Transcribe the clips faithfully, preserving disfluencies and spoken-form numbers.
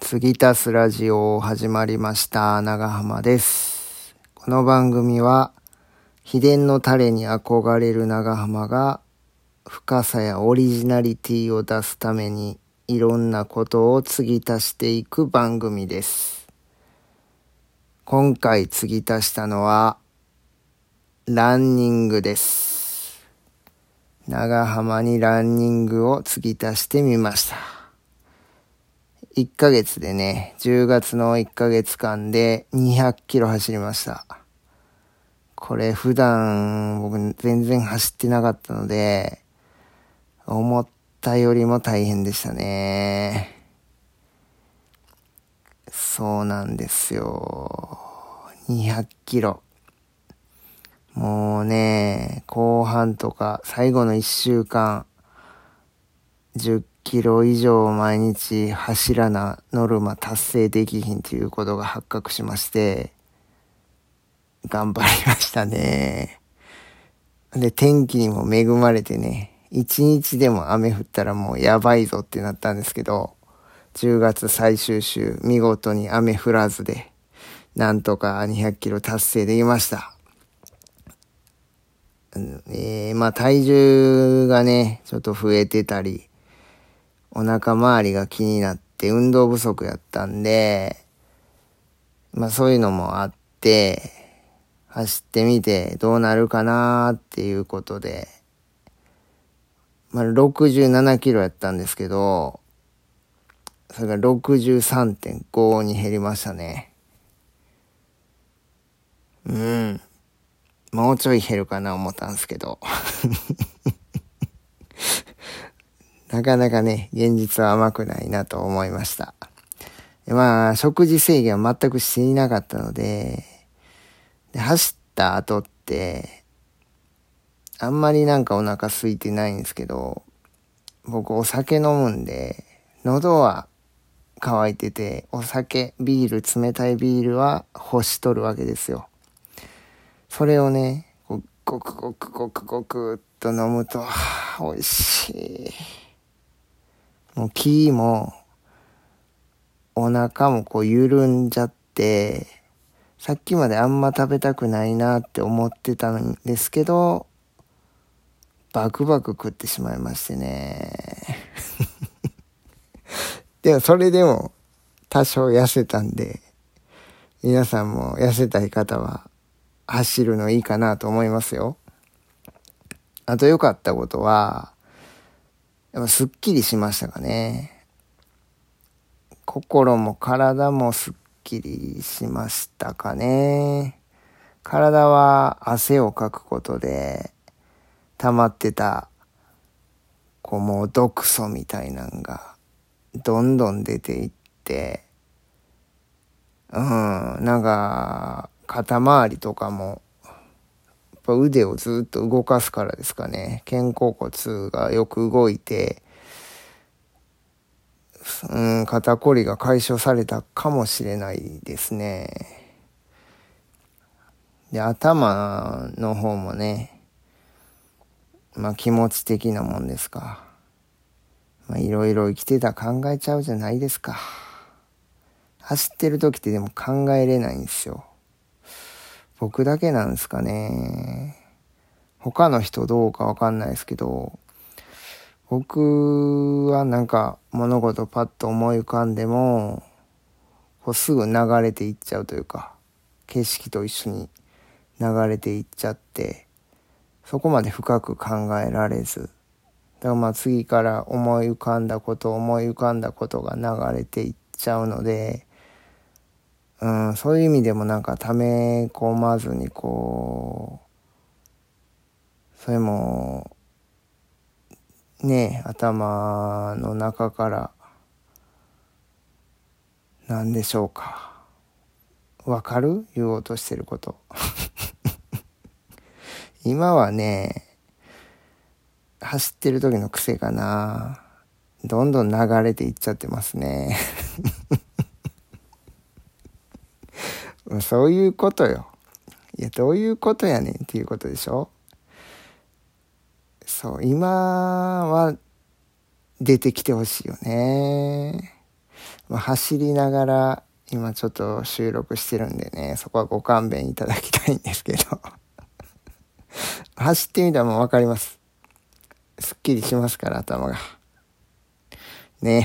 継ぎ足すラジオ始まりました。長浜です。この番組は秘伝のタレに憧れる長浜が深さやオリジナリティを出すためにいろんなことを継ぎ足していく番組です。今回継ぎ足したのはランニングです。長浜にランニングを継ぎ足してみました。いっかげつでね、じゅうがつのいっかげつかんでにひゃっキロ走りました。これ普段僕全然走ってなかったので、思ったよりも大変でしたね。そうなんですよ。にひゃっキロ。もうね、後半とか最後のいっしゅうかん、じゅっキロ以上毎日走らなノルマ達成できひんということが発覚しまして、頑張りましたね。で、天気にも恵まれてね、一日でも雨降ったらもうやばいぞってなったんですけど、じゅうがつ最終週、見事に雨降らずで、なんとかにひゃっキロ達成できました。えー、まあ体重がね、ちょっと増えてたり、お腹周りが気になって運動不足やったんで、まあそういうのもあって、走ってみてどうなるかなーっていうことで、まあろくじゅうななキロやったんですけど、それが ろくじゅうさんてんご に減りましたね。うん。もうちょい減るかな思ったんですけど。なかなかね、現実は甘くないなと思いました。まあ、食事制限は全くしていなかったので、で走った後って、あんまりなんかお腹空いてないんですけど、僕お酒飲むんで、喉は乾いてて、お酒、ビール、冷たいビールは欲しとるわけですよ。それをね、ごくごくごくごくっと飲むと、美味しい。もう気も、お腹もこう緩んじゃって、さっきまであんま食べたくないなって思ってたんですけど、バクバク食ってしまいましてね。でもそれでも多少痩せたんで、皆さんも痩せたい方は走るのいいかなと思いますよ。あと良かったことは、やっぱすっきりしましたかね。心も体もすっきりしましたかね。体は汗をかくことで溜まってたこうもう毒素みたいなのがどんどん出ていって、うん、なんか肩周りとかもやっぱ腕をずっと動かすからですかね。肩甲骨がよく動いて、うん、肩こりが解消されたかもしれないですね。で、頭の方もね、まあ気持ち的なもんですか。まあいろいろ生きてた考えちゃうじゃないですか。走ってる時ってでも考えれないんですよ。僕だけなんですかね。他の人どうかわかんないですけど、僕はなんか物事パッと思い浮かんでも、こうすぐ流れていっちゃうというか、景色と一緒に流れていっちゃって、そこまで深く考えられず、だからまあ次から思い浮かんだこと思い浮かんだことが流れていっちゃうので、うん、そういう意味でもなんか溜め込まずにこう、それもね、頭の中から何でしょうか。わかる？言おうとしてること。今はね、走ってる時の癖かな。どんどん流れていっちゃってますね。そういうことよ。いや、どういうことやねんっていうことでしょ。そう、今は出てきてほしいよね。 まあ、走りながら今ちょっと収録してるんでね、そこはご勘弁いただきたいんですけど走ってみたらもうわかります。すっきりしますから、頭がね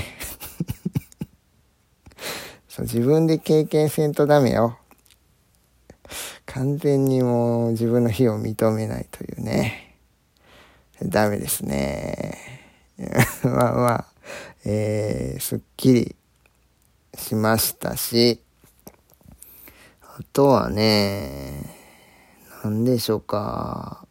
そう、自分で経験せんとダメよ。完全にもう自分の非を認めないというね、ダメですねまあまあ、えー、すっきりしましたし、あとはね、なんでしょうか。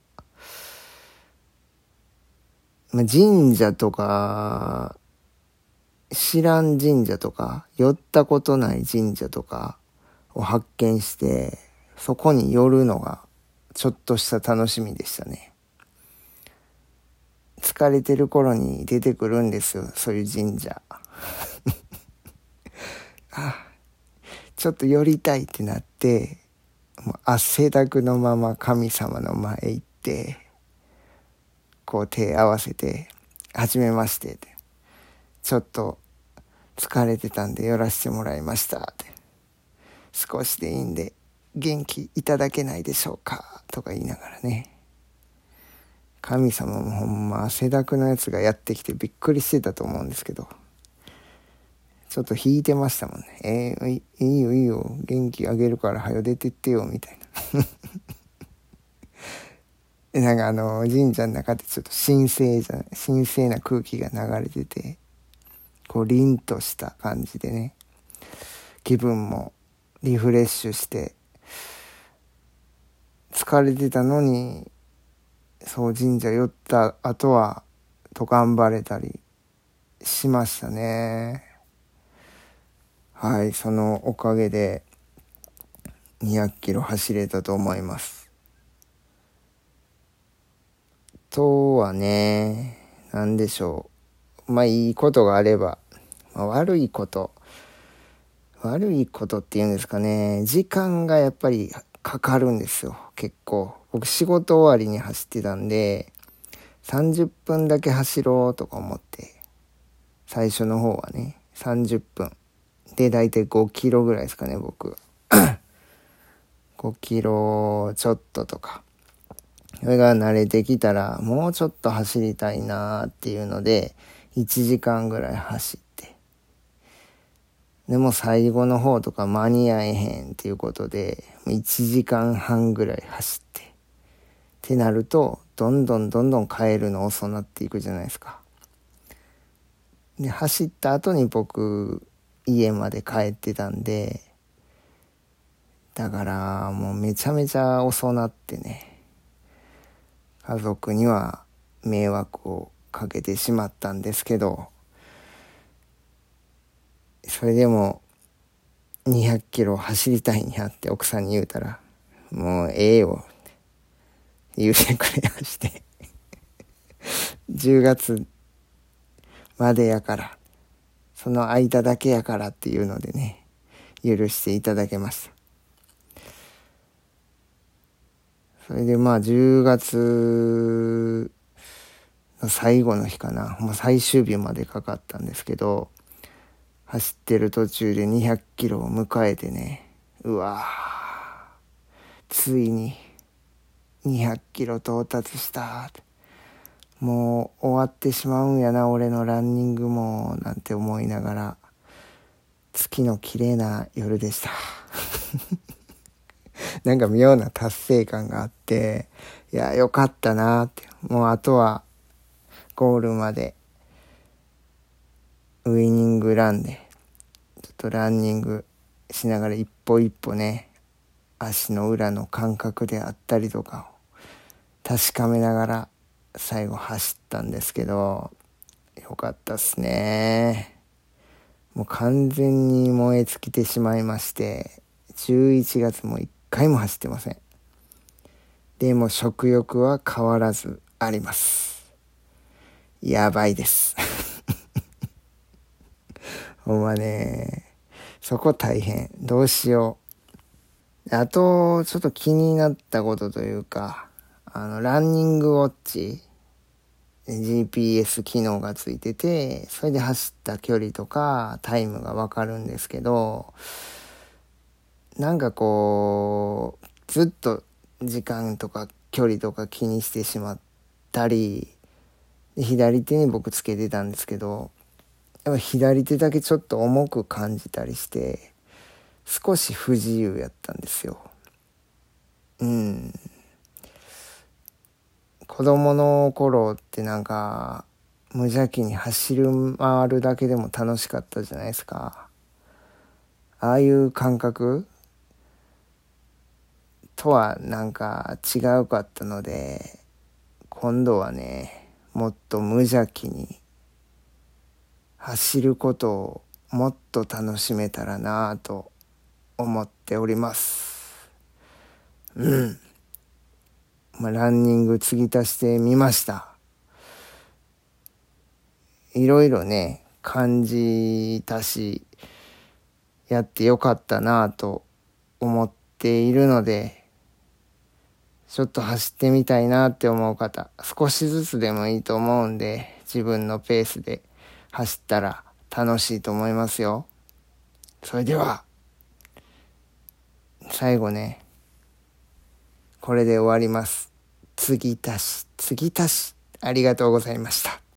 まあ、神社とか、知らん神社とか、寄ったことない神社とかを発見して、そこに寄るのがちょっとした楽しみでしたね。疲れてる頃に出てくるんですよ、そういう神社あ、ちょっと寄りたいってなって、もう汗だくのまま神様の前行って、こう手合わせて、はじめましてって、ちょっと疲れてたんで寄らせてもらいましたって、少しでいいんで元気いただけないでしょうかとか言いながらね、神様もほんま汗だくのやつがやってきてびっくりしてたと思うんですけど、ちょっと引いてましたもんね。えー、いいよいいよ、元気あげるから早出てってよみたいななんかあの神社の中でちょっと神聖じゃ神聖な空気が流れてて、こう凛とした感じでね、気分もリフレッシュして、疲れてたのにそう神社寄った後はと頑張れたりしましたね。はい、そのおかげでにひゃくキロ走れたと思います。とはね、なんでしょう。まあいいことがあれば、まあ、悪いこと、悪いことっていうんですかね、時間がやっぱりかかるんですよ、結構。僕仕事終わりに走ってたんで、さんじゅっぷんだけ走ろうとか思って、最初の方はね、さんじゅっぷん。で、だいたいごキロぐらいですかね、僕。ごキロちょっととか。それが慣れてきたら、もうちょっと走りたいなーっていうので、いちじかんぐらい走って。でも最後の方とか間に合えへんっていうことで、いちじかんはんぐらい走って。ってなると、どんどんどんどん帰るの遅なっていくじゃないですか。で、走った後に僕、家まで帰ってたんで、だからもうめちゃめちゃ遅なってね、家族には迷惑をかけてしまったんですけど、それでもにひゃくキロ走りたいんやって奥さんに言うたら、もうええよって言うてくれましてじゅうがつまでやから、その間だけやからっていうのでね、許していただけました。それでまあじゅうがつの最後の日かな、もう最終日までかかったんですけど、走ってる途中でにひゃくキロを迎えてね、うわー、ついににひゃくキロ到達した。もう終わってしまうんやな、俺のランニングも、なんて思いながら、月の綺麗な夜でしたなんか妙な達成感があって、いや、よかったなって。もうあとはゴールまでウイニングランでちょっとランニングしながら一歩一歩ね、足の裏の感覚であったりとかを確かめながら最後走ったんですけど、よかったっすね。もう完全に燃え尽きてしまいまして、じゅういちがつも一回も走ってません。でも食欲は変わらずあります。やばいですほんまね、そこ大変。どうしよう。あとちょっと気になったことというか、あのランニングウォッチジーピーエス 機能がついてて、それで走った距離とかタイムがわかるんですけど、なんかこう、ずっと時間とか距離とか気にしてしまったり、で左手に僕つけてたんですけど、やっぱ左手だけちょっと重く感じたりして、少し不自由やったんですよ。うん。子供の頃ってなんか、無邪気に走る回るだけでも楽しかったじゃないですか。ああいう感覚とはなんか違うかったので、今度はね、もっと無邪気に走ることをもっと楽しめたらなぁと思っております。うん。まあ、ランニング継ぎ足してみました。いろいろね、感じたし、やってよかったなぁと思っているので、ちょっと走ってみたいなって思う方、少しずつでもいいと思うんで、自分のペースで走ったら楽しいと思いますよ。それでは、最後ね、これで終わります。継ぎ足し、継ぎ足し、ありがとうございました。